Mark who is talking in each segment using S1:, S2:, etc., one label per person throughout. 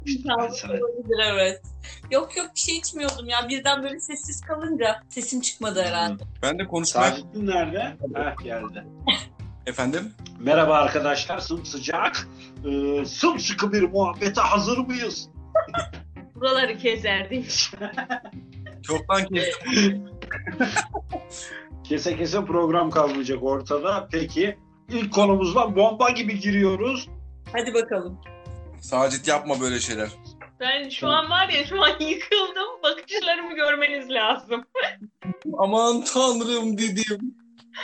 S1: Ben
S2: Sağlık
S1: sana...
S2: olabilir, evet. Yok yok, bir şey içmiyordum ya. Birden böyle sessiz kalınca sesim çıkmadı herhalde.
S3: Ben de konuşmaya...
S1: Sacittin nerede? Heh, geldi.
S3: Efendim?
S1: Merhaba arkadaşlar, sımsıcak, sımsıkı bir muhabbete hazır mıyız?
S2: Buraları kezerdim.
S3: Çoktan kestim.
S1: Kese kese program kalmayacak ortada. Peki, ilk konumuzla bomba gibi giriyoruz.
S2: Hadi bakalım.
S3: Sacit yapma böyle şeyler.
S4: Ben şu an var ya, şu an yıkıldım. Bakışlarımı görmeniz lazım.
S3: Aman tanrım dedim.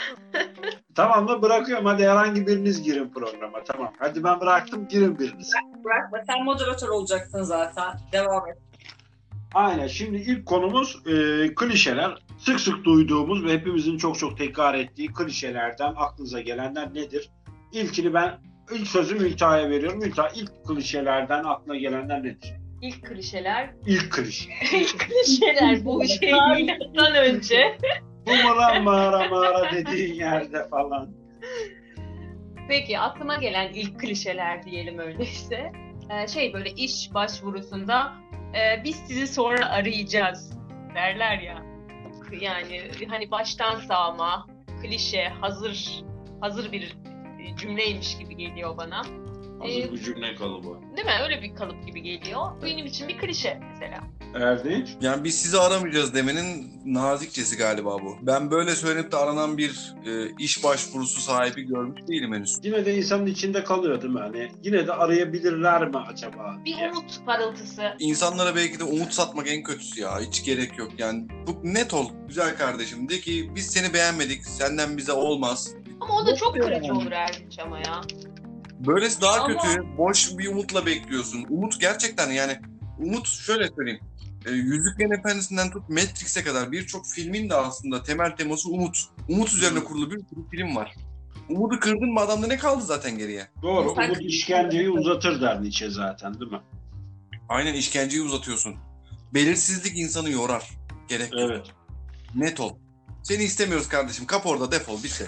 S1: Tamam da bırakıyorum. Hadi herhangi biriniz girin programa. Tamam. Hadi ben bıraktım, girin biriniz.
S2: Bırakma, sen moderatör olacaksın zaten. Devam et.
S1: Aynen. Şimdi ilk konumuz klişeler. Sık sık duyduğumuz ve hepimizin çok çok tekrar ettiği klişelerden aklınıza gelenler nedir? İlk sözü Mülta'ya veriyorum. Mülta, ilk klişelerden aklına gelenler nedir?
S4: İlk klişeler.
S1: İlk klişe.
S4: İlk klişeler bu şey milattan önce.
S1: Bu mu lan mağara dediğin yerde falan.
S4: Peki aklıma gelen ilk klişeler diyelim öyleyse. Böyle iş başvurusunda biz sizi sonra arayacağız derler ya. Yani hani baştan sağma, klişe, hazır bir cümleymiş gibi geliyor bana.
S1: Hazır bir cümle kalıbı.
S4: Değil mi? Öyle bir kalıp gibi geliyor. Benim için bir klişe mesela.
S1: Erdinç?
S3: Yani biz sizi aramayacağız demenin nazikçesi galiba bu. Ben böyle söylenip de aranan bir iş başvurusu sahibi görmüş değilim henüz.
S1: Yine de insanın içinde kalıyor değil mi? Hani yine de arayabilirler mi acaba?
S4: Bir
S1: diye.
S4: umut parıltısı.
S3: İnsanlara belki de umut satmak en kötüsü ya. Hiç gerek yok. Yani bu net ol güzel kardeşim. De ki biz seni beğenmedik. Senden bize olmaz.
S4: Ama o da çok
S2: Yok
S4: kırıcı
S2: yani.
S4: olur Erdinç ama ya.
S3: Böylesi daha
S2: Ama-
S3: kötü. Boş bir umutla bekliyorsun. Umut gerçekten yani umut şöyle söyleyeyim. Yüzüklerin Efendisi'nden tut Matrix'e kadar birçok filmin de aslında temel teması umut. Umut üzerine kurulu bir sürü film var. Umudu kırdın mı adamda ne kaldı zaten geriye?
S1: Doğru.
S2: Sen-
S1: Umut işkenceyi uzatır der Nietzsche zaten değil mi?
S3: Aynen işkenceyi uzatıyorsun. Belirsizlik insanı yorar. Gerek yok.
S1: Evet.
S3: Net ol. Seni istemiyoruz kardeşim. Kap orada defol bir şey.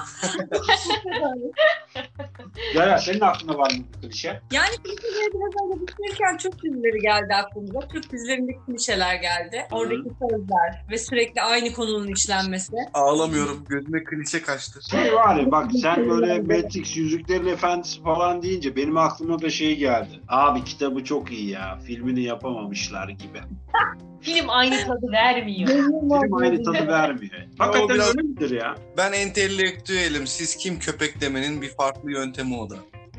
S1: Ya senin aklına var mı bir klişe?
S2: Yani klişeleri biraz öyle düşünürken Türk dizileri geldi aklımıza. Türk dizilerindeki klişeler geldi. Oradaki sözler ve sürekli aynı konunun işlenmesi.
S3: Ağlamıyorum. Gözüme klişe kaçtı.
S1: Şey var ya bak sen böyle Matrix, Yüzüklerin Efendisi falan deyince benim aklıma da şey geldi. Abi kitabı çok iyi ya. Filmini yapamamışlar gibi.
S4: Film aynı tadı vermiyor.
S1: Film aynı tadı vermiyor. Hakikaten
S3: biraz-
S1: öyle midir ya?
S3: Ben entelektüelim. Siz kim köpek demenin bir farklı yöntemi o da.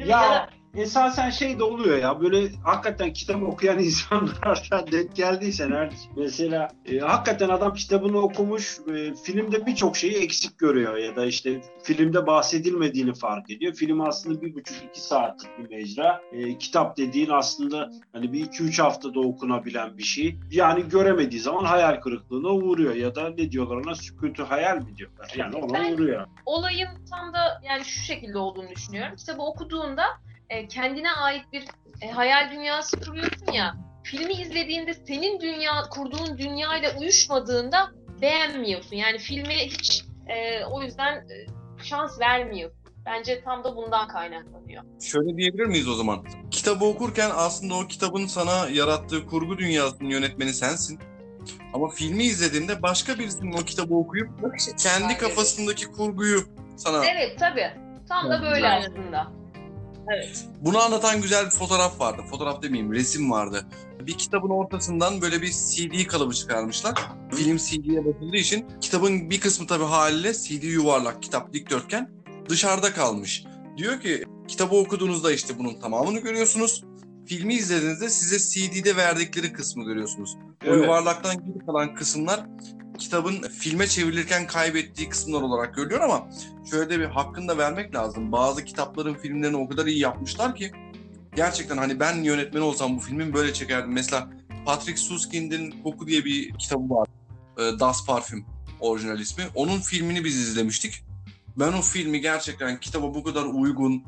S1: Ya esasen şey de oluyor ya böyle hakikaten kitap okuyan insanlardan denk geldiysen mesela hakikaten adam kitabını okumuş filmde birçok şeyi eksik görüyor ya da işte filmde bahsedilmediğini fark ediyor. Film aslında 1,5-2 saatlik bir mecra. Kitap dediğin aslında hani bir 2-3 haftada okunabilen bir şey. Yani göremediği zaman hayal kırıklığına uğruyor ya da ne diyorlar ona sükûtu hayal mi diyorlar. Yani ona uğruyor.
S4: Olayın tam da yani şu şekilde olduğunu düşünüyorum. Kitabı okuduğunda kendine ait bir hayal dünyası kuruyorsun ya. Filmi izlediğinde senin kurduğun dünyayla uyuşmadığında beğenmiyorsun. Yani filme hiç o yüzden şans vermiyorsun. Bence tam da bundan kaynaklanıyor.
S3: Şöyle diyebilir miyiz o zaman? Kitabı okurken aslında o kitabın sana yarattığı kurgu dünyasının yönetmeni sensin. Ama filmi izlediğinde başka birisinin o kitabı okuyup
S2: Bakış açısı
S3: kendi
S2: var.
S3: kafasındaki kurguyu sana...
S4: Evet tabii. Tam da böyle
S2: Aynen.
S4: aslında.
S2: Evet.
S3: Bunu anlatan güzel bir fotoğraf vardı. Fotoğraf demeyeyim, resim vardı. Bir kitabın ortasından böyle bir CD kalıbı çıkarmışlar. Film CD'ye basıldığı için kitabın bir kısmı tabii haliyle CD yuvarlak, kitap dikdörtgen dışarıda kalmış. Diyor ki kitabı okuduğunuzda işte bunun tamamını görüyorsunuz. Filmi izlediğinizde size CD'de verdikleri kısmı görüyorsunuz. O
S1: Evet.
S3: yuvarlaktan geri kalan kısımlar kitabın filme çevrilirken kaybettiği kısımlar olarak görülüyor ama şöyle de bir hakkını da vermek lazım. Bazı kitapların filmlerini o kadar iyi yapmışlar ki gerçekten hani ben yönetmen olsam bu filmin böyle çekerdim. Mesela Patrick Süskind'in Koku diye bir kitabı var. Das Parfüm orijinal ismi. Onun filmini biz izlemiştik. Ben o filmi gerçekten kitaba bu kadar uygun,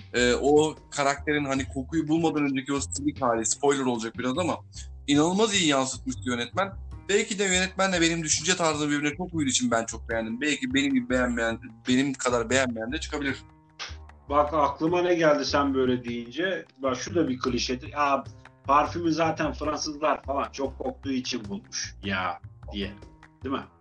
S3: o karakterin hani kokuyu bulmadan önceki o silik hali, spoiler olacak biraz ama inanılmaz iyi yansıtmıştı yönetmen. Belki de yönetmenle benim düşünce tarzım birbirine çok uyduğu için ben çok beğendim. Belki benim gibi beğenmeyen, benim kadar beğenmeyen de çıkabilir.
S1: Bak aklıma ne geldi sen böyle deyince. Bak şu da bir klişedir. Ya parfümü zaten Fransızlar falan çok koktuğu için bulmuş ya diye. Değil mi?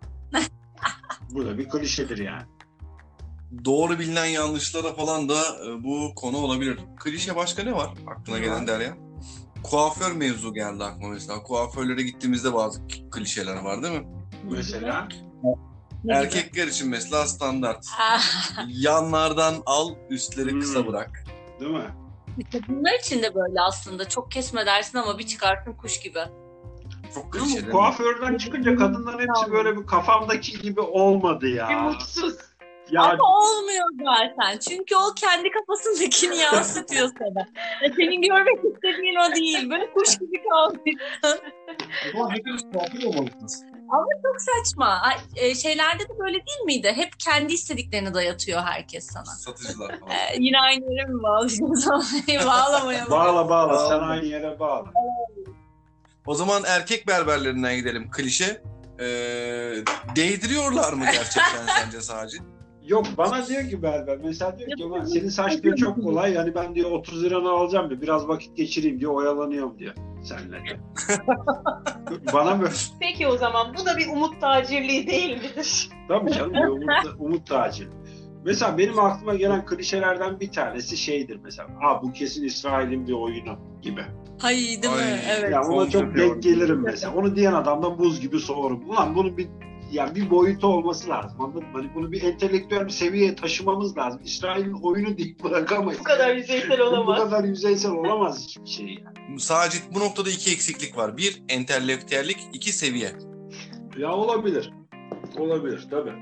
S1: Bu da bir klişedir yani.
S3: Doğru bilinen yanlışlara falan da bu konu olabilir. Klişe başka ne var aklına gelen Derya? Kuaför mevzu geldi aklıma mesela. Kuaförlere gittiğimizde bazı klişeler var değil mi?
S1: Mesela
S3: Erkekler için mesela standart.
S2: Ah,
S3: Yanlardan al, üstleri kısa bırak.
S1: değil mi?
S2: kadınlar için de böyle aslında. Çok kesme dersin ama bir çıkartın kuş gibi.
S3: Çok
S1: Değil
S3: klişe
S1: mi?
S3: değil mi?
S1: Kuaförden çıkınca kadınların hepsi böyle bir kafamdaki gibi olmadı
S4: Bir
S1: ya.
S4: mutsuz.
S1: Ya
S2: Ama olmuyor zaten. Çünkü o kendi kafasındakini yansıtıyor sana. Senin görmek istediğin o değil. Böyle kuş gibi kalmışsın.
S3: Ama hepimiz kuaför olmalıyız.
S2: Çok saçma. Şeylerde de böyle değil miydi? Hep kendi istediklerini dayatıyor herkes sana.
S3: Satıcılar falan.
S2: Yine aynı yere mi bağlayacağız? Bağlamayalım.
S1: bağla sen aynı yere bağla.
S3: O zaman erkek berberlerinden gidelim. Klişe. Değdiriyorlar mı gerçekten sence sadece?
S1: Yok bana diyor ki berber mesela diyor ki "Ulan senin saç diyor çok kolay yani ben diyor 30 liranı alacağım diyor biraz vakit geçireyim diyor oyalanıyorum diyor seninle diyor. Bana böyle
S4: Peki o zaman bu da bir umut tacirliği değil midir?
S1: tabii canım diyor, umut tacı. Mesela benim aklıma gelen klişelerden bir tanesi şeydir mesela. Bu kesin İsrail'in bir oyunu gibi.
S2: Hay değil mi?
S3: Ay.
S2: Evet.
S1: Ya ona çok
S3: Komplo
S1: denk gelirim mesela. Onu diyen adamdan buz gibi soğurum. Ulan bunun bir boyutu olması lazım. Anladın mı? Hani bunu bir entelektüel bir seviyeye taşımamız lazım. İsrail'in oyunu deyip bırakamayız.
S4: Bu kadar yüzeysel
S1: Bu
S4: olamaz.
S1: kadar yüzeysel olamaz hiçbir şey yani.
S3: Sadece bu noktada iki eksiklik var. Bir, entelektüellik. İki, seviye.
S1: Ya olabilir. Olabilir tabii.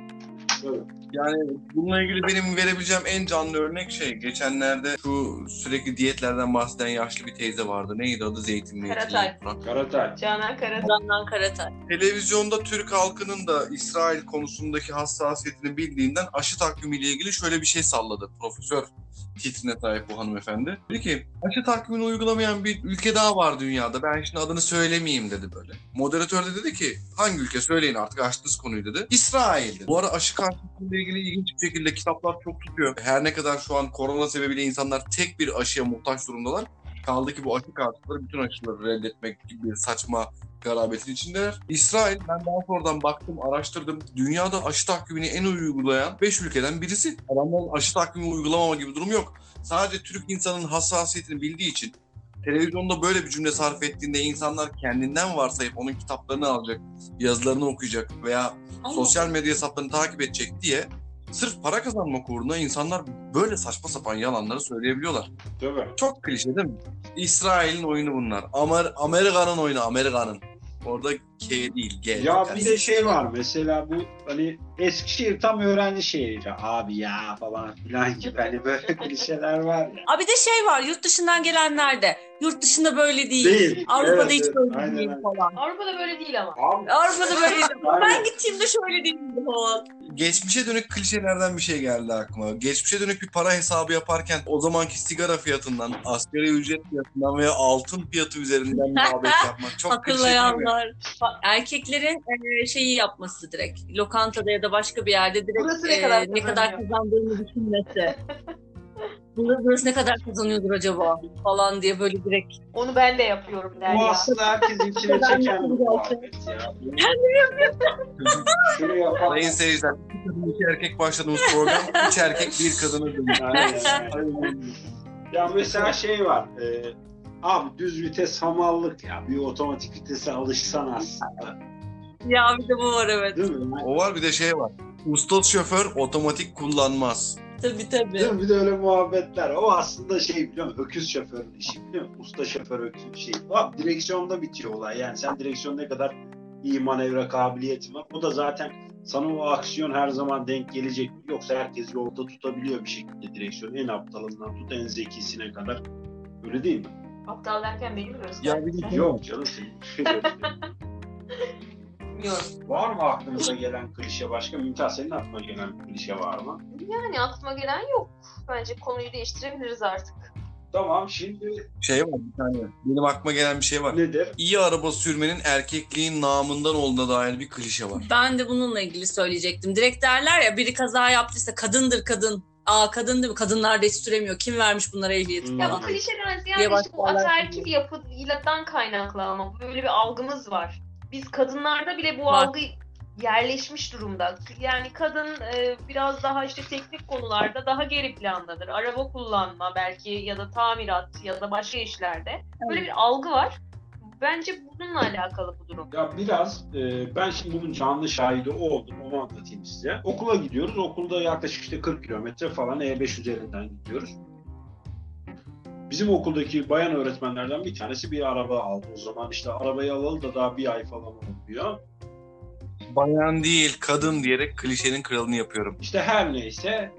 S3: Yani bununla ilgili benim verebileceğim en canlı örnek geçenlerde şu sürekli diyetlerden bahseden yaşlı bir teyze vardı. Neydi adı? Zeytin
S4: Karatay.
S3: falan.
S1: Karatay.
S4: Canan Karatay.
S2: Adamdan Karatay.
S3: Televizyonda Türk halkının da İsrail konusundaki hassasiyetini bildiğinden aşı takvimiyle ilgili şöyle bir şey salladı. Profesör titrine sahip bu hanımefendi. Dedi ki aşı takvimini uygulamayan bir ülke daha var dünyada. Ben şimdi adını söylemeyeyim dedi böyle. Moderatör de dedi ki hangi ülke söyleyin artık açtınız konuyu dedi. İsrail dedi. Bu ara aşı karşıtlıkla ilgili ilginç bir şekilde kitaplar çok tutuyor. Her ne kadar şu an korona sebebiyle insanlar tek bir aşıya muhtaç durumdalar. Kaldı ki bu aşı karşıtları bütün aşıları reddetmek gibi bir saçma garabetin içindeler. İsrail, ben daha sonradan baktım, araştırdım. Dünyada aşı takvimini en iyi uygulayan 5 ülkeden birisi. Adamların aşı takvimi uygulamama gibi durum yok. Sadece Türk insanın hassasiyetini bildiği için televizyonda böyle bir cümle sarf ettiğinde insanlar kendinden varsayıp onun kitaplarını alacak, yazılarını okuyacak veya sosyal medya hesaplarını takip edecek diye sırf para kazanmak uğruna insanlar böyle saçma sapan yalanları söyleyebiliyorlar.
S1: Tabii.
S3: Çok klişe değil mi? İsrail'in oyunu bunlar. Amerika'nın oyunu, Amerika'nın. Orada K değil, G.
S1: Ya bir de şey var mesela bu hani Eskişehir tam öğrenci şehri abi ya falan filan gibi hani böyle klişeler var ya.
S2: Abi de şey var yurt dışından gelenler de. Yurt dışında böyle değil.
S1: Değil.
S2: Avrupa'da
S1: Evet,
S2: hiç
S1: evet.
S2: böyle
S1: Aynen,
S2: değil
S1: aynen.
S2: falan.
S4: Avrupa'da böyle değil ama.
S1: Abi,
S2: Avrupa'da böyle değil.
S1: Aynen.
S2: Ben gittiğimde şöyle değildi falan.
S3: Geçmişe dönük klişelerden bir şey geldi aklıma. Geçmişe dönük bir para hesabı yaparken o zamanki sigara fiyatından, asgari ücret fiyatından veya altın fiyatı üzerinden muhabbet yapmak çok klişe değil mi?
S2: Hatırlayanlar. Erkeklerin şeyi yapması direkt. Lokantada ya da başka bir yerde direkt
S4: Burası ne kadar
S2: ne kadar kazandığını düşünmesi. Burası ne kadar kazanıyordur acaba falan diye böyle direkt.
S4: Onu ben de yapıyorum
S1: bu
S4: Derya.
S1: aslında herkes içine çeken bir muhabbet ya. Şunu yapalım.
S3: Sayın seyirciler, iki kadın iki erkek başladığımız program, üç erkek bir kadını dönüyor.
S1: Aynen. Ya mesela şey var. Abi düz vites hamallık ya. Bir otomatik vitese alışsan aslında.
S2: Ya bir de bu var evet.
S1: Değil mi?
S3: O var, bir de şey var. Usta şoför otomatik kullanmaz.
S2: Tabii tabii.
S1: Değil mi? Bir de öyle muhabbetler. O aslında şey biliyor musun? Öküz şoförün işi biliyor musun? Usta şoför öküz şey. Abi direksiyonda bitiyor olay. Yani sen direksiyon ne kadar iyi manevra kabiliyetin var. Bu da zaten sana o aksiyon her zaman denk gelecek. Yoksa herkes yolda tutabiliyor bir şekilde direksiyonu. En aptalından tut en zekisine kadar. Öyle değil mi?
S4: Aptal derken beni mi gösterdin?
S3: Ya bir de-
S1: Yok canım senin.
S4: Bilmiyorum.
S1: Var mı aklınıza gelen klişe başka? Mümtaz senin aklına gelen klişe var mı?
S4: Yani aklıma gelen yok. Bence konuyu değiştirebiliriz artık.
S1: Tamam şimdi
S3: Şey var bir tane. Benim aklıma gelen bir şey var.
S1: nedir?
S3: İyi araba sürmenin erkekliğin namından olduğuna dair bir klişe var.
S2: Ben de bununla ilgili söyleyecektim. Direkt derler ya biri kaza yaptıysa kadındır kadın. kadın değil mi? Kadınlar da hiç süremiyor. Kim vermiş bunlara ehliyeti
S4: Ya bu
S2: falan.
S4: klişeden
S2: Diye
S4: ziyade işte bu
S2: başlarlar.
S4: ataerkil yapıdan kaynaklı ama böyle bir algımız var. Biz kadınlarda bile bu
S2: Var.
S4: algı yerleşmiş durumda. Yani kadın biraz daha işte teknik konularda daha geri plandadır. Araba kullanma belki ya da tamirat ya da başka işlerde. Böyle bir algı var. Bence bununla alakalı bu durum.
S1: Ya biraz ben şimdi bunun canlı şahidi oldum. Onu anlatayım size. Okula gidiyoruz. Okulda yaklaşık işte 40 kilometre falan E5 üzerinden gidiyoruz. Bizim okuldaki bayan öğretmenlerden bir tanesi bir araba aldı. O zaman işte arabayı alalı da daha bir ay falan olmuyor.
S3: Bayan değil, kadın diyerek klişenin kralını yapıyorum.
S1: İşte her neyse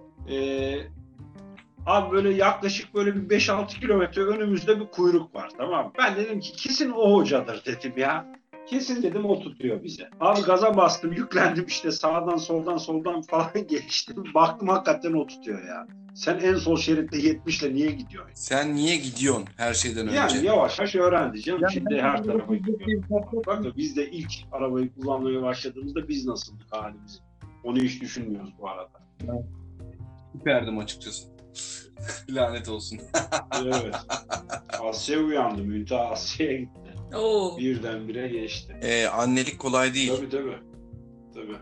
S1: abi böyle yaklaşık böyle bir 5-6 kilometre önümüzde bir kuyruk var, tamam mı? Ben dedim ki kesin o hocadır dedim ya. Kesin dedim o tutuyor bize. Abi gaza bastım, yüklendim işte sağdan soldan falan geçtim. Baktım hakikaten o tutuyor ya. Sen en sol şeritte 70'le niye gidiyorsun?
S3: Sen niye gidiyorsun her şeyden önce?
S1: Yani yavaş yavaş öğrendi canım.
S3: Yani
S1: Şimdi her tarafa gidiyor.
S3: gidiyor.
S1: Bak da biz de ilk arabayı kullanmaya başladığımızda biz nasıldık halimiz? Onu hiç düşünmüyoruz bu arada.
S3: Süperdim açıkçası. Lanet olsun.
S1: Evet. Asya uyandı. Müntaha Asya'ya gitti.
S2: Oo.
S1: Birdenbire geçti.
S3: Annelik kolay değil.
S1: Tabii.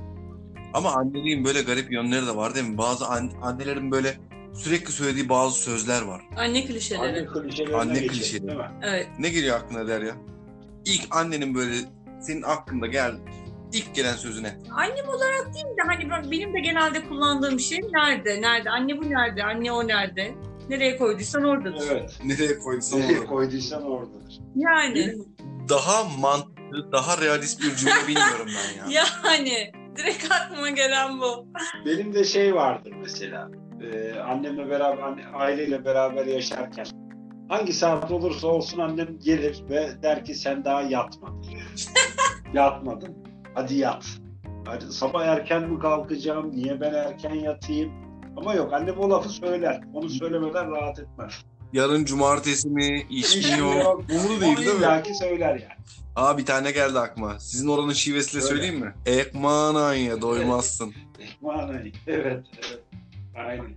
S3: Ama anneliğin böyle garip yönleri de var değil mi? Bazı annelerin böyle sürekli söylediği bazı sözler var.
S2: Anne klişeleri.
S1: Anne klişelerine
S3: Anne
S1: geçelim,
S3: klişeleri.
S1: değil mi?
S2: Evet.
S3: Ne geliyor aklına Derya? İlk annenin böyle senin aklında ilk gelen sözü ne?
S2: Annem olarak değil de hani benim de genelde kullandığım şey nerede? Anne bu nerede? Anne o nerede? Nereye koyduysan oradadır.
S1: Evet.
S3: Nereye koyduysan
S1: Nereye
S3: orada.
S1: koyduysan oradadır.
S2: Yani.
S3: Benim daha mantıklı, daha realist bir cümle bilmiyorum ben ya.
S2: Yani. Direkt aklıma gelen bu.
S1: Benim de şey vardır mesela. Annemle beraber, aileyle beraber yaşarken hangi saat olursa olsun annem gelir ve der ki sen daha yatmadın. Yatmadın. Hadi yat. Hadi, sabah erken mi kalkacağım? Niye ben erken yatayım? Ama yok, annem o lafı söyler. Onu söylemeden rahat etmez.
S3: Yarın cumartesi mi, iş
S1: İş
S3: mi
S1: mi
S3: yok?
S1: yok?
S3: Umuru değil değil mi?
S1: İllaki söyler yani.
S3: Aa bir tane geldi aklıma. Sizin oranın şivesiyle
S1: Söyle.
S3: söyleyeyim mi? Ekmanan ya doymazsın.
S1: Manayı. Evet. Aynen.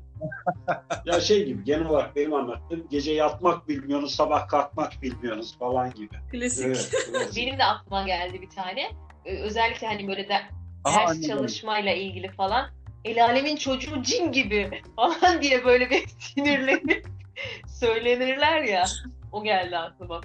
S1: Ya şey gibi, genel olarak benim anlattığım, gece yatmak bilmiyorsunuz, sabah kalkmak bilmiyorsunuz falan gibi.
S2: Klasik.
S1: Evet.
S4: Benim de aklıma geldi bir tane. Özellikle hani böyle
S3: Aha,
S4: ders
S3: annem
S4: çalışmayla ilgili falan. El alemin çocuğu cin gibi falan diye böyle bir sinirlenip söylenirler ya. O geldi aklıma.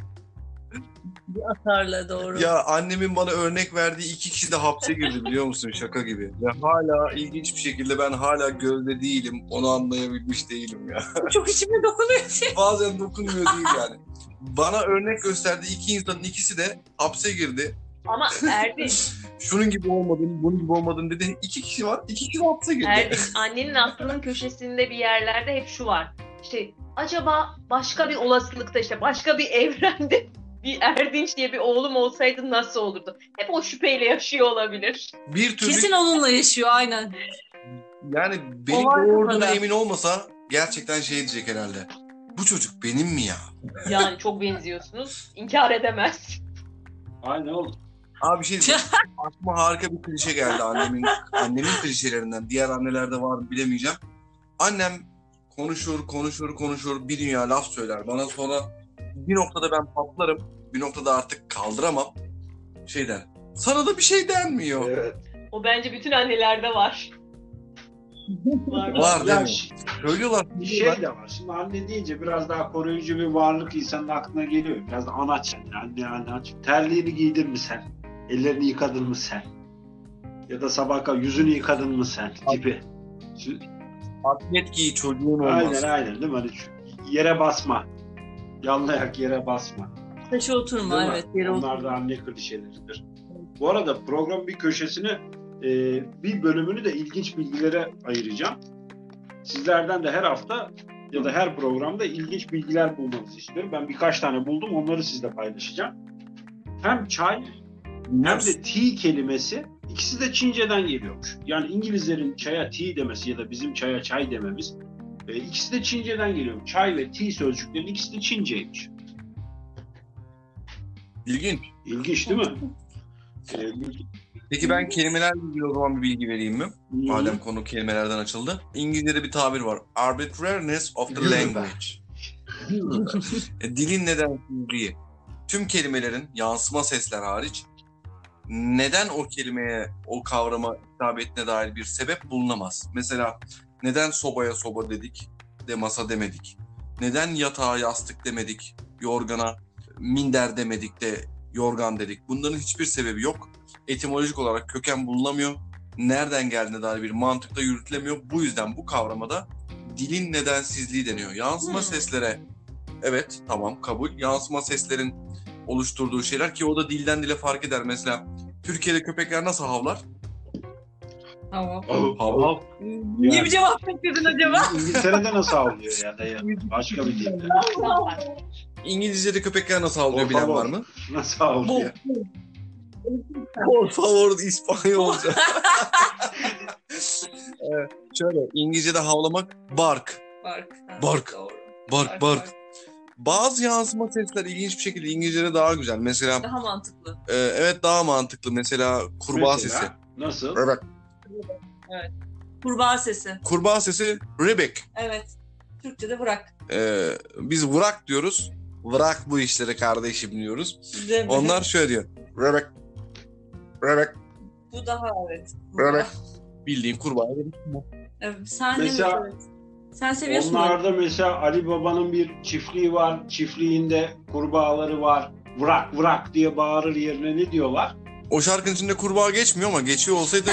S2: Bir atarla doğru.
S3: Ya annemin bana örnek verdiği 2 kişi de hapse girdi biliyor musun? Şaka gibi. Ve hala ilginç bir şekilde ben hala gözde değilim. Onu anlayabilmiş değilim ya.
S2: Çok içime dokunuyor.
S3: Bazen dokunmuyor değil yani. Bana örnek gösterdiği 2 insanın ikisi de hapse girdi.
S4: Ama Erdin,
S3: Şunun gibi olmadın, bunun gibi olmadın dedi. 2 kişi var, 2 kişi de hapse girdi.
S4: Erdin, annenin aklının köşesinde bir yerlerde hep şu var. İşte acaba başka bir olasılıkta, işte başka bir evrende bir Erdinç diye bir oğlum olsaydı nasıl olurdu? Hep o şüpheyle yaşıyor olabilir.
S3: Bir türlü
S2: Kesin onunla yaşıyor aynen.
S3: yani benim
S2: O var
S3: doğurduğuna
S2: kafada.
S3: emin olmasa gerçekten şey diyecek herhalde. Bu çocuk benim mi ya?
S4: Yani çok benziyorsunuz. İnkar edemez.
S1: Aynen oldu.
S3: Abi bir şey diyeceğim. Aklıma harika bir klişe geldi annemin klişelerinden. Diğer annelerde var mı bilemeyeceğim. Annem konuşur bir dünya laf söyler. Bana sonra bir noktada ben patlarım. Bir noktada artık kaldıramam. Şey der. Sana da bir şey denmiyor.
S1: Evet.
S4: O bence bütün annelerde var.
S3: Var değil
S1: Ya
S3: mi? Söylüyorlar.
S1: şey de var. Şimdi anne deyince biraz daha koruyucu bir varlık insanın aklına geliyor. Biraz da anaç yani. Anne aç. Terliğini giydin mi sen? Ellerini yıkadın mı sen? Ya da sabah kalk yüzünü yıkadın mı sen? Gibi.
S3: Atlet giy çocuğun olmaz.
S1: Aynen değil mi? Hani yere basma. Yanlayak yere basma.
S2: Taşı oturma
S1: Değil mi?
S2: evet. Yere oturma.
S1: Onlar da anne klişeleridir. Bu arada program bir köşesini, bir bölümünü de ilginç bilgilere ayıracağım. Sizlerden de her hafta ya da her programda ilginç bilgiler bulmanızı istiyorum. Ben birkaç tane buldum, onları sizle paylaşacağım. Hem çay hem de tea kelimesi, ikisi de Çince'den geliyormuş. Yani İngilizlerin çaya tea demesi ya da bizim çaya çay dememiz, ikisi de Çince'den geliyor. Çay ve tea sözcüklerinin ikisi de Çinceymiş.
S3: İlginç.
S1: İlginç değil mi?
S3: Peki ben kelimelerle ilgili o zaman bir bilgi vereyim mi? Madem konu kelimelerden açıldı. İngilizce'de bir tabir var. Arbitrariness of the language. Dilin nedensizliği. Tüm kelimelerin yansıma sesler hariç neden o kelimeye, o kavrama hitap ettiğine dair bir sebep bulunamaz. Mesela neden sobaya soba dedik de masa demedik? Neden yatağa yastık demedik, yorgana minder demedik de yorgan dedik? Bunların hiçbir sebebi yok. Etimolojik olarak köken bulunamıyor. Nereden geldiğine dair bir mantıkla yürütülemiyor. Bu yüzden bu kavramada dilin nedensizliği deniyor. Yansıma seslere evet tamam kabul. Yansıma seslerin oluşturduğu şeyler ki o da dilden dile fark eder. Mesela Türkiye'de köpekler nasıl havlar?
S2: Tamam.
S3: Hav.
S2: Niye bir cevap bekledin acaba?
S1: İngiltere'de nasıl avlıyor ya da ya? Başka bir dilde.
S3: İngilizce'de köpekler nasıl havlıyor bilen var mı?
S1: Nasıl avlıyor?
S3: Por favor İspanyolca. Şöyle İngilizce'de havlamak bark. Bark.
S2: Doğru.
S3: Bark. Bazı yansıma sesler ilginç bir şekilde İngilizce'de daha güzel. Mesela
S2: Daha mantıklı.
S3: evet daha mantıklı. Mesela kurbağa sesi.
S1: Nasıl?
S3: Evet.
S2: Kurbağa sesi.
S3: Kurbağa sesi ribbik.
S2: Evet. Türkçe'de bırak.
S3: Biz vırak diyoruz. Vırak bu işleri kardeşim diyoruz.
S2: Değil mi?
S3: Onlar şöyle diyor. Ribbik.
S2: Bu daha evet.
S3: Ribbik. Bildiğin kurbağa.
S2: Evet, sen
S1: Mesela-
S2: de mi? Sen seviyorsun mu?
S1: Onlarda mesela Ali Baba'nın bir çiftliği var. Çiftliğinde kurbağaları var. Vırak vırak diye bağırır yerine ne diyorlar?
S3: O şarkının içinde kurbağa geçmiyor ama geçiyor olsaydı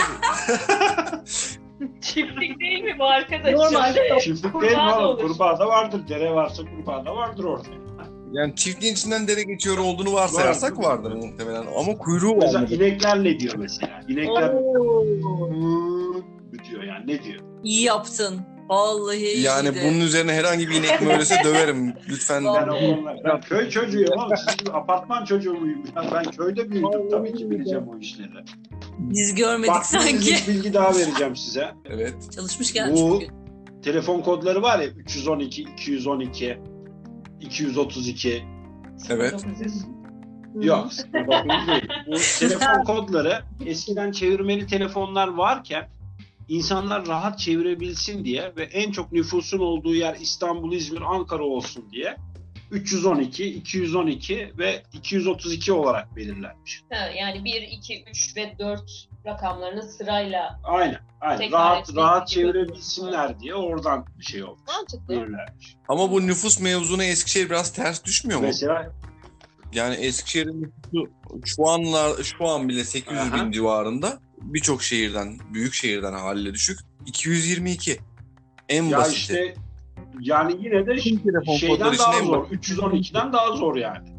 S4: Çiftlik değil mi bu arkadaş?
S2: Normalde
S1: Çiftlik değil mi
S4: Kurbağa da
S1: oğlum?
S4: olur.
S1: Kurbağa da vardır. Dere varsa kurbağa da vardır orada.
S3: yani çiftliğin içinden dere geçiyor olduğunu varsayarsak vardır muhtemelen. Ama kuyruğu
S1: Mesela
S3: var.
S1: inekler ne diyor mesela? İnekler
S2: Oo.
S1: diyor yani ne diyor?
S2: İyi yaptın. Vallahi iyiydi.
S3: Yani bunun üzerine herhangi bir inek mi öylese döverim. Lütfen.
S1: Ben o konular. Ben köy çocuğuyum oğlum. Siz gibi apartman çocuğu muyum? Ya ben köyde büyüdüm tabii ki bileceğim o işleri.
S2: Biz görmedik
S1: Bak
S2: sanki.
S1: bir bilgi daha vereceğim size.
S3: Evet.
S2: Çalışmış gelmiş
S1: Bu
S2: bugün.
S1: telefon kodları var ya 312, 212, 232.
S3: Evet.
S1: Yok. Bakın değil. Bu telefon kodları eskiden çevirmeli telefonlar varken insanlar rahat çevirebilsin diye ve en çok nüfusun olduğu yer İstanbul, İzmir, Ankara olsun diye 312, 212 ve 232 olarak belirlenmiş.
S4: Ha, yani 1, 2, 3 ve 4 rakamlarını sırayla
S1: Aynen.
S4: Tekrar
S1: Rahat
S4: etmek
S1: rahat
S4: gibi.
S1: çevirebilsinler diye oradan bir şey oldu.
S4: mantıklı.
S1: Belirlenmiş.
S3: Ama bu nüfus mevzuna Eskişehir biraz ters düşmüyor mu?
S1: Mesela
S3: Yani Eskişehir'in nüfusu şu an bile 800 bin
S1: Aha.
S3: civarında. Birçok şehirden, büyük şehirden haliyle düşük. 222. En
S1: ya
S3: basiti.
S1: işte yani yine de
S3: Tüm telefon
S1: şeyden
S3: kodları için
S1: daha
S3: en
S1: zor.
S3: basit.
S1: 312'den daha zor yani.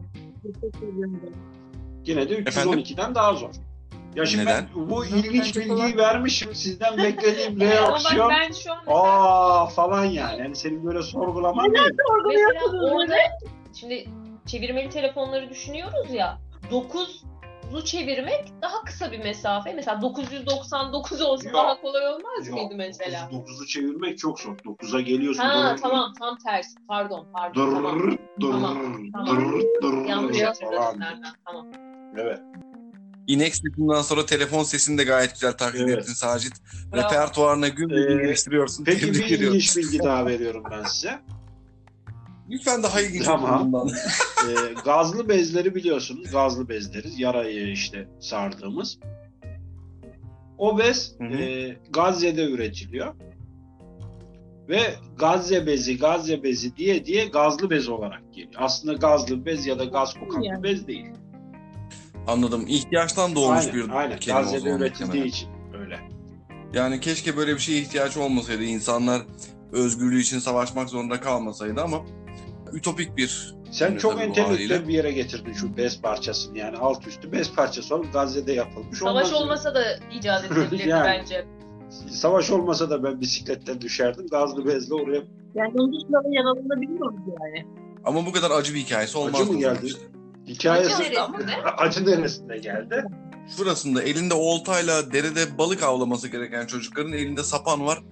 S1: Yine de 312'den daha zor. Ya şimdi
S3: Neden?
S1: ben bu ilginç
S2: Bence
S1: bilgiyi
S2: kolay.
S1: vermişim. Sizden beklediğim
S4: Ama bak
S1: reaksiyon
S4: ben şu an
S1: falan yani. Yani senin böyle sorgulaman değil.
S4: mesela orada şimdi çevirmeli telefonları düşünüyoruz ya 9'u çevirmek daha kısa bir mesafe. Mesela 999 olsa
S1: Yok.
S4: daha kolay olmaz
S1: Yok,
S4: mıydı mesela?
S1: 9'u çevirmek çok zor. 9'a geliyorsun.
S4: Ha
S1: dur,
S4: tamam tam tersi. Pardon.
S1: Dur,
S4: Tamam.
S1: dur,
S4: Tamam.
S1: dur,
S4: Yanlış
S1: falan.
S4: hatırladım Ermen. Tamam.
S1: Evet.
S3: İnek sesinden sonra telefon sesini de gayet güzel taklit
S1: Evet.
S3: ettin Sacit.
S4: Bravo.
S3: Repertuarına gün geliştiriyorsun.
S1: Peki
S3: Tebrik
S1: bir
S3: ediyorum.
S1: ilginç bilgi daha veriyorum ben size.
S3: Lütfen daha ilginç
S1: Tamam.
S3: olsun bundan.
S1: Gazlı bezleri biliyorsunuz. Gazlı bezleri. Yarayı işte sardığımız. O bez
S3: Hı hı.
S1: Gazze'de üretiliyor. Ve Gazze bezi diye gazlı bez olarak geliyor. Aslında gazlı bez ya da gaz kokan bir bez değil.
S3: Anladım. İhtiyaçtan doğmuş bir
S1: Aynen.
S3: kelime o
S1: Gazze'de
S3: zaman
S1: üretildiği
S3: muhtemelen.
S1: için öyle.
S3: Yani keşke böyle bir şeye ihtiyaç olmasaydı. İnsanlar özgürlüğü için savaşmak zorunda kalmasaydı ama ütopik bir
S1: Sen
S3: cümle
S1: çok
S3: tabii bu
S1: entelektüel
S3: haliyle.
S1: bir yere getirdin şu bez parçasını yani alt üstü bez parçası olup Gazze'de yapılmış.
S4: Savaş
S1: Ondan sonra-
S4: olmasa da icat edilebilirdi
S1: Yani.
S4: bence.
S1: Savaş olmasa da ben bisikletten düşerdim. Gazlı bezle oraya
S2: Yani onun dışında yanılığını biliyoruz yani.
S3: Ama bu kadar acı bir hikayesi olmaz.
S1: acı mı geldi? Hikayesi
S4: Acı neresinde?
S1: acı neresinde geldi?
S3: Şurasında elinde oltayla derede balık avlaması gereken çocukların elinde sapan var.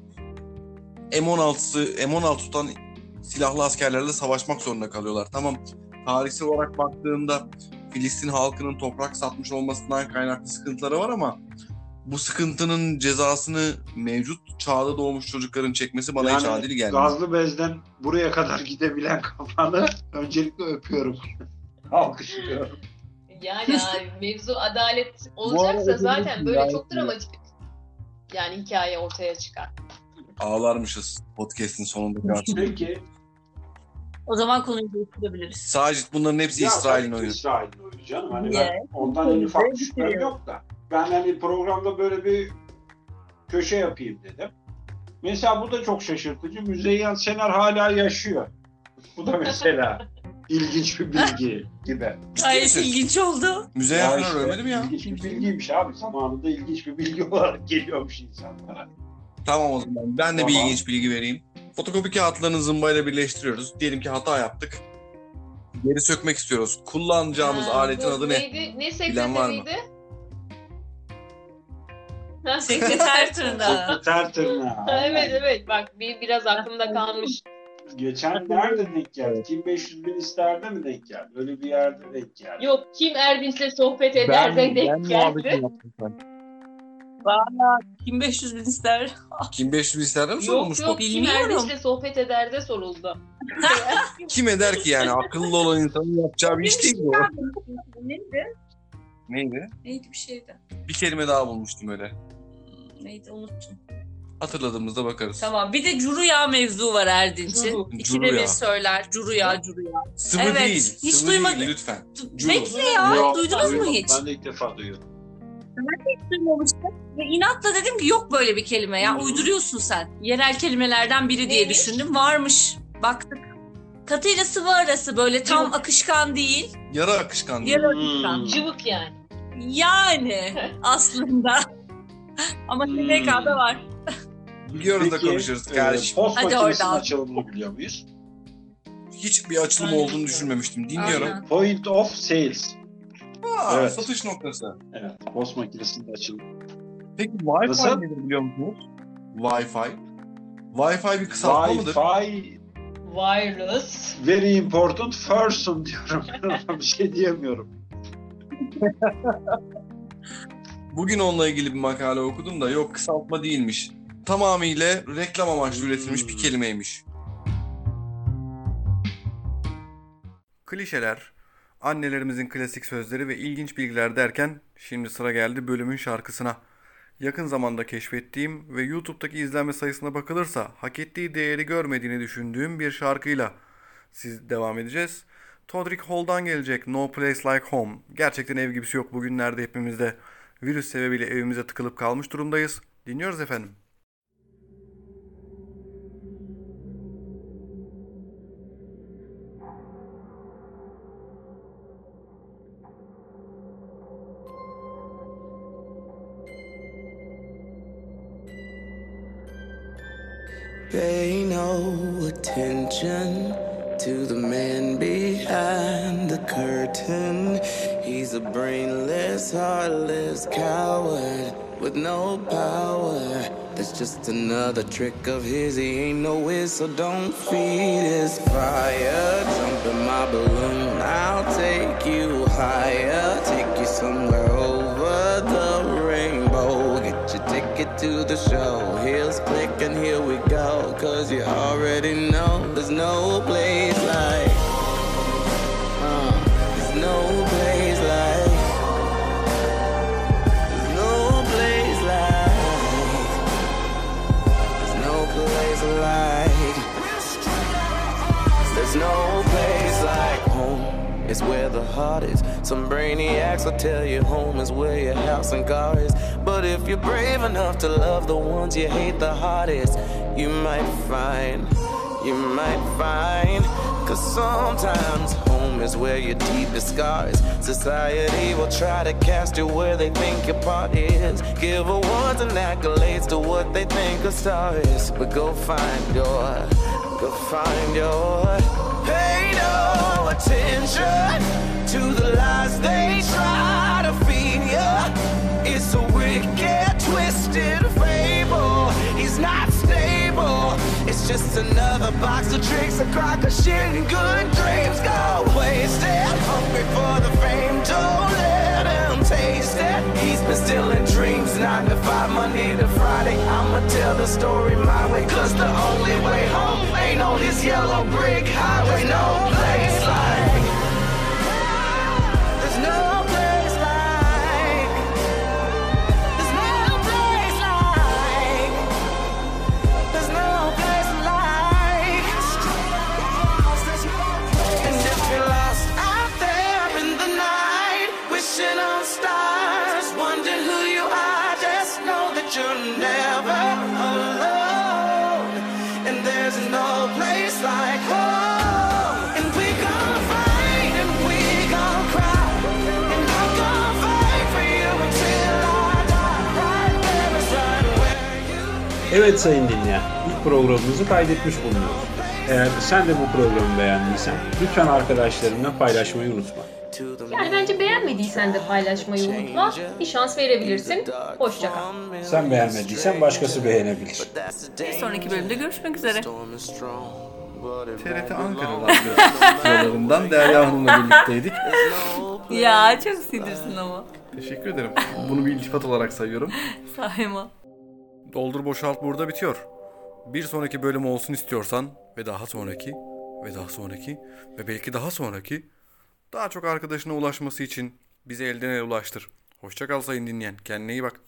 S3: M16 tutan silahlı askerlerle savaşmak zorunda kalıyorlar. Tamam, tarihsel olarak baktığında Filistin halkının toprak satmış olmasından kaynaklı sıkıntıları var ama bu sıkıntının cezasını mevcut çağda doğmuş çocukların çekmesi bana hiç adil gelmiyor.
S1: Gazlı bezden buraya kadar gidebilen kafanı öncelikle öpüyorum. Alkışlıyorum.
S4: Yani mevzu adalet olacaksa zaten böyle çok dramatik yani hikaye ortaya çıkar.
S3: Ağlarmışız podcast'in sonunda.
S1: Peki.
S2: O zaman konuyu değiştirebiliriz.
S3: Sacit bunların hepsi İsrail'in oyunu.
S1: İsrail'in oyunu canım. Hani
S2: Yeah.
S1: ben ondan en ufak şüphem yok da. Ben hani programda böyle bir köşe yapayım dedim. Mesela bu da çok şaşırtıcı. Müzeyyen Senar hala yaşıyor. Bu da mesela ilginç bir bilgi gibi.
S2: Gayet ilginç oldu.
S3: Müzeyyen Senar
S1: işte,
S3: ölmedi mi ya?
S1: İlginç bir bilgiymiş abi. Zamanında ilginç bir bilgi olarak geliyormuş insanlara.
S3: Tamam o zaman ben de bir
S1: Tamam.
S3: ilginç bilgi vereyim. Fotokopi kağıtlarını zımbayla birleştiriyoruz. Diyelim ki hata yaptık. Geri sökmek istiyoruz. Kullanacağımız aletin adı ne?
S4: Neydi? Ne
S3: Bilen var mı?
S4: sekreteriydi?
S2: Sekreter tırnağı.
S1: Sekreter tırnağı.
S4: Evet bak biraz aklımda kalmış.
S1: Geçen nerede denk geldi? Kim 500 bin isterde mi denk geldi? Öyle bir yerde denk geldi.
S4: Yok kim Erdinç'le sohbet eder de denk geldi.
S2: Valla kim 500 bin ister?
S3: Kim 500 isterde mi
S4: Yok
S3: sorulmuş bu?
S4: kim
S2: Bilmiyorum.
S4: Erdinç'le sohbet eder de soruldu.
S3: Kim eder ki yani? Akıllı olan insanın yapacağı bir iş değil bu.
S2: Neydi?
S3: Neydi?
S2: Neydi bir şeydi.
S3: Bir kelime daha bulmuştum öyle.
S2: Neydi unuttum.
S3: Hatırladığımızda bakarız.
S2: Tamam bir de Curuya mevzu var Erdinç'in.
S4: Curu.
S2: İkide
S3: Curuya.
S2: bir söyler. Curuya.
S3: Sıvı
S2: Evet,
S3: değil.
S2: hiç
S3: Sıvı
S2: duymadım.
S3: değil lütfen. Curu.
S2: Bekle ya.
S1: Yok,
S2: Duydunuz mu
S1: duymadım.
S2: hiç?
S1: Ben de ilk defa duyuyorum.
S2: Duymamıştım. Ve inatla dedim ki yok böyle bir kelime ya. Uyduruyorsun sen. Yerel kelimelerden biri diye
S4: Neymiş?
S2: düşündüm. Varmış. Baktık. Katıyla sıvı arası böyle tam akışkan değil.
S3: Yarı akışkan değil.
S2: Yarı akışkan.
S4: Cıvık yani.
S2: Yani aslında. Ama TDK'da var.
S3: Biliyoruz da konuşuruz kardeşim.
S1: Post
S2: Hadi
S1: makinesinin
S2: oradan.
S1: açılımını biliyor muyuz?
S3: Hiç bir açılım olduğunu düşünmemiştim. Dinliyorum.
S2: Aynen.
S1: Point of sales.
S3: Aa,
S1: Evet.
S3: satış noktası.
S1: Evet. Post makinesinin açılımı.
S3: Peki Wi-Fi
S1: Nasıl?
S3: nedir biliyor musunuz? Wi-Fi. Wi-Fi bir kısaltma mıdır?
S1: Wi-Fi
S4: Wireless.
S1: very important person diyorum. Bir şey diyemiyorum.
S3: Bugün onunla ilgili bir makale okudum da yok kısaltma değilmiş. Tamamıyla reklam amaçlı üretilmiş bir kelimeymiş. Klişeler, annelerimizin klasik sözleri ve ilginç bilgiler derken şimdi sıra geldi bölümün şarkısına. Yakın zamanda keşfettiğim ve YouTube'daki izlenme sayısına bakılırsa hak ettiği değeri görmediğini düşündüğüm bir şarkıyla siz devam edeceğiz. Todrick Hall'dan gelecek No Place Like Home. Gerçekten ev gibisi yok bugünlerde hepimizde. Virüs sebebiyle evimize tıkılıp kalmış durumdayız. Dinliyoruz efendim.
S5: Pay no attention to the man behind the curtain. He's a brainless, heartless coward with no power. That's just another trick of his. He ain't no whiz, so don't feed his fire. Jump in my balloon, I'll take you higher. Take you somewhere over the rainbow. Get your ticket to the show. Heels click and here we go. Cause you already know there's no place like there's no place like there's no place like there's no place like there's no place like home. It's where the heart is. Some brainiacs will tell you home is where your house and car is. But if you're brave enough to love the ones you hate the hardest, you might find, cause sometimes home is where your deepest scars. Society will try to cast you where they think your part is. Give awards and accolades to what they think a star is. But go find your, pay no attention to the lies they try to feed you. It's a wicked, twisted fable. He's not stable. It's just another box of tricks, a crock of shit and good dreams go wasted. Hungry for the fame, Monday to Friday, I'ma tell the story my way. Cause the only way home ain't on this yellow brick highway. No place like, there's no place like, there's no place like, there's no place like. And if you're lost out there in the night, wishing on stars, wondering who you are, just know that you're never alone. And there's no place like home. And we gon' fight and we gon' cry. And I'm gon' fight for you until I die. Right there is right where you
S1: Evet sayın dinleyen, ilk programımızı kaydetmiş bulunuyoruz. Eğer sen de bu programı beğendiysen lütfen arkadaşlarınla paylaşmayı unutma.
S4: Yani bence beğenmediysen de paylaşmayı unutma. Bir şans verebilirsin. Hoşça kal.
S1: Sen beğenmediysen başkası beğenebilir.
S6: Bir sonraki bölümde görüşmek üzere.
S3: TRT Ankara radyolarından Derya Hanım'la birlikteydik.
S6: Ya çok sinirsin ama.
S3: Teşekkür ederim. Bunu bir iltifat olarak sayıyorum.
S6: Sayma.
S3: Doldur boşalt burada bitiyor. Bir sonraki bölüm olsun istiyorsan ve daha sonraki ve daha sonraki ve belki daha sonraki daha çok arkadaşına ulaşması için bizi elden ele ulaştır. Hoşça kal sayın dinleyen. Kendine iyi bak.